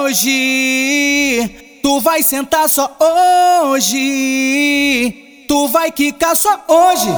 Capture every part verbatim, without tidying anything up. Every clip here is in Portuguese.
Hoje tu vai sentar só hoje, tu vai quicar só hoje.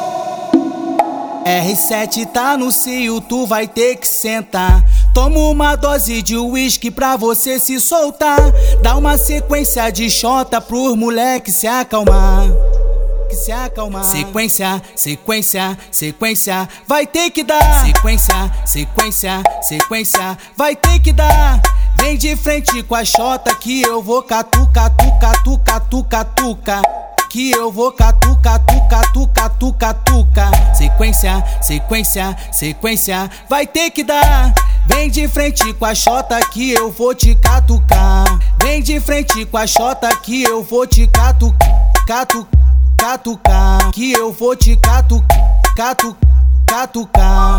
R sete tá no cio, tu vai ter que sentar. Toma uma dose de uísque pra você se soltar. Dá uma sequência de xota pros moleque se acalmar. Que se acalmar. Sequência, sequência, sequência, vai ter que dar. Sequência, sequência, sequência, vai ter que dar. Vem de frente com a xota que eu vou catu, catu, catu, catu, catuca. Que eu vou catu, catu, catu, catu, catuca. Sequência, sequência, sequência, vai ter que dar. Vem de frente com a xota que eu vou te catucar. Vem de frente com a xota que eu vou te catu, catu, catucar. Que eu vou te catu, catu, catucar.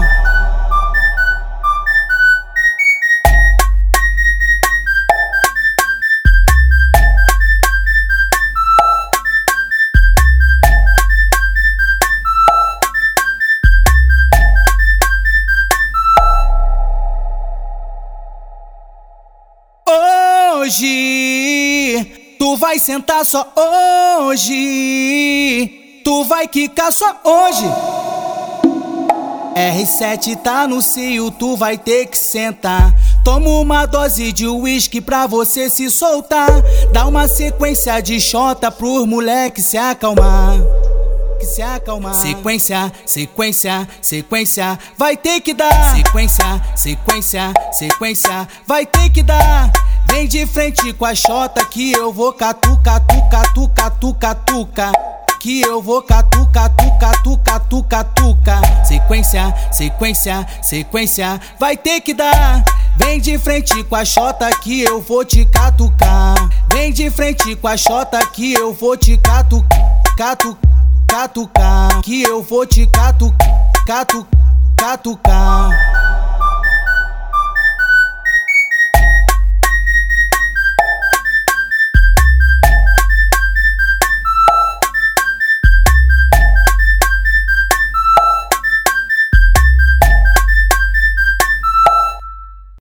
Hoje tu vai sentar só hoje, tu vai quicar só hoje. R sete tá no cio, tu vai ter que sentar. Toma uma dose de uísque pra você se soltar. Dá uma sequência de xota pros moleque se acalmar. Que se acalmar. Sequência, sequência, sequência, vai ter que dar. Sequência, sequência, sequência, vai ter que dar. Vem de frente com a xota que eu vou catu, catu, catu, catu, catuca. Que eu vou catu, catu, catu, catu, catuca. Sequência, sequência, sequência, vai ter que dar. Vem de frente com a xota que eu vou te catucar. Vem de frente com a xota que eu vou te catu, catu, catucar. Que eu vou te catu, catu, catucar.